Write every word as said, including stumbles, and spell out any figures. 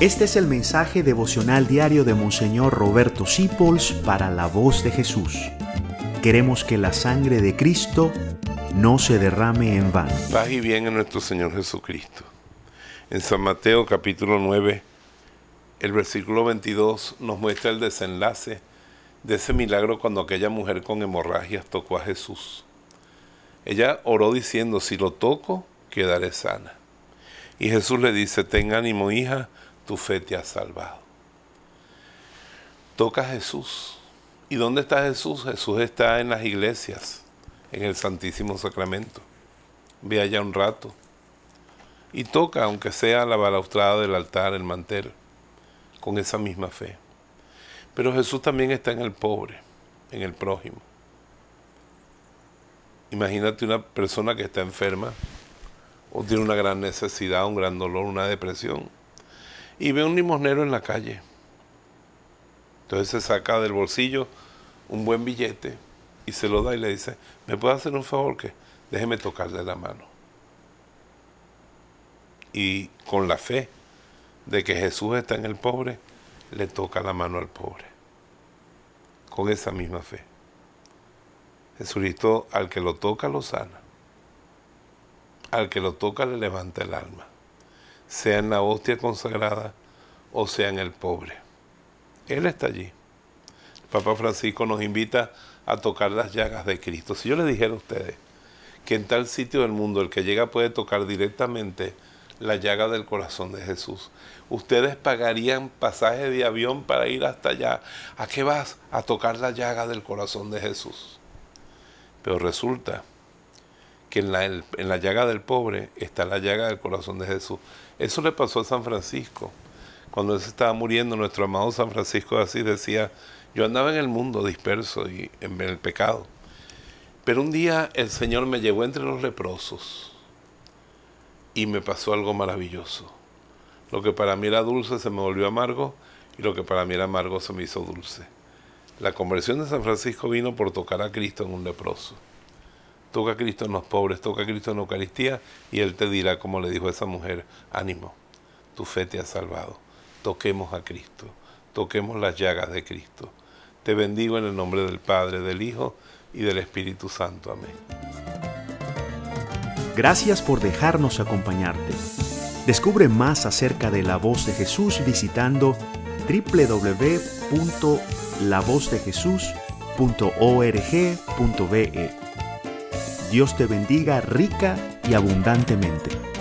Este es el mensaje devocional diario de Monseñor Roberto Sipols para la Voz de Jesús. Queremos que la sangre de Cristo no se derrame en vano. Paz y bien en nuestro Señor Jesucristo. En San Mateo capítulo nueve, el versículo veintidós nos muestra el desenlace de ese milagro cuando aquella mujer con hemorragias tocó a Jesús. Ella oró diciendo: si lo toco, quedaré sana. Y Jesús le dice: ten ánimo, hija, tu fe te ha salvado. Toca a Jesús. ¿Y dónde está Jesús? Jesús está en las iglesias, en el Santísimo Sacramento. Ve allá un rato y toca, aunque sea la balaustrada del altar, el mantel, con esa misma fe. Pero Jesús también está en el pobre, en el prójimo. Imagínate una persona que está enferma o tiene una gran necesidad, un gran dolor, una depresión, y ve un limosnero en la calle. Entonces se saca del bolsillo un buen billete y se lo da y le dice: ¿me puede hacer un favor? Que déjeme tocarle la mano. Y con la fe de que Jesús está en el pobre, le toca la mano al pobre. Con esa misma fe. Jesucristo, al que lo toca, lo sana. Al que lo toca, le levanta el alma. Sea en la hostia consagrada o sea en el pobre. Él está allí. El Papa Francisco nos invita a tocar las llagas de Cristo. Si yo les dijera a ustedes que en tal sitio del mundo el que llega puede tocar directamente la llaga del corazón de Jesús, ustedes pagarían pasaje de avión para ir hasta allá. ¿A qué vas? A tocar la llaga del corazón de Jesús. Pero resulta que en la, en la llaga del pobre está la llaga del corazón de Jesús. Eso le pasó a San Francisco. Cuando él se estaba muriendo, nuestro amado San Francisco de Asís decía: yo andaba en el mundo disperso y en el pecado, pero un día el Señor me llevó entre los leprosos y me pasó algo maravilloso. Lo que para mí era dulce se me volvió amargo, y lo que para mí era amargo se me hizo dulce. La conversión de San Francisco vino por tocar a Cristo en un leproso. Toca a Cristo en los pobres, toca a Cristo en la Eucaristía, y Él te dirá, como le dijo a esa mujer: ánimo, tu fe te ha salvado. Toquemos a Cristo, toquemos las llagas de Cristo. Te bendigo en el nombre del Padre, del Hijo y del Espíritu Santo. Amén. Gracias por dejarnos acompañarte. Descubre más acerca de la Voz de Jesús visitando doble u doble u doble u punto la voz de jesús punto org punto be. Dios te bendiga rica y abundantemente.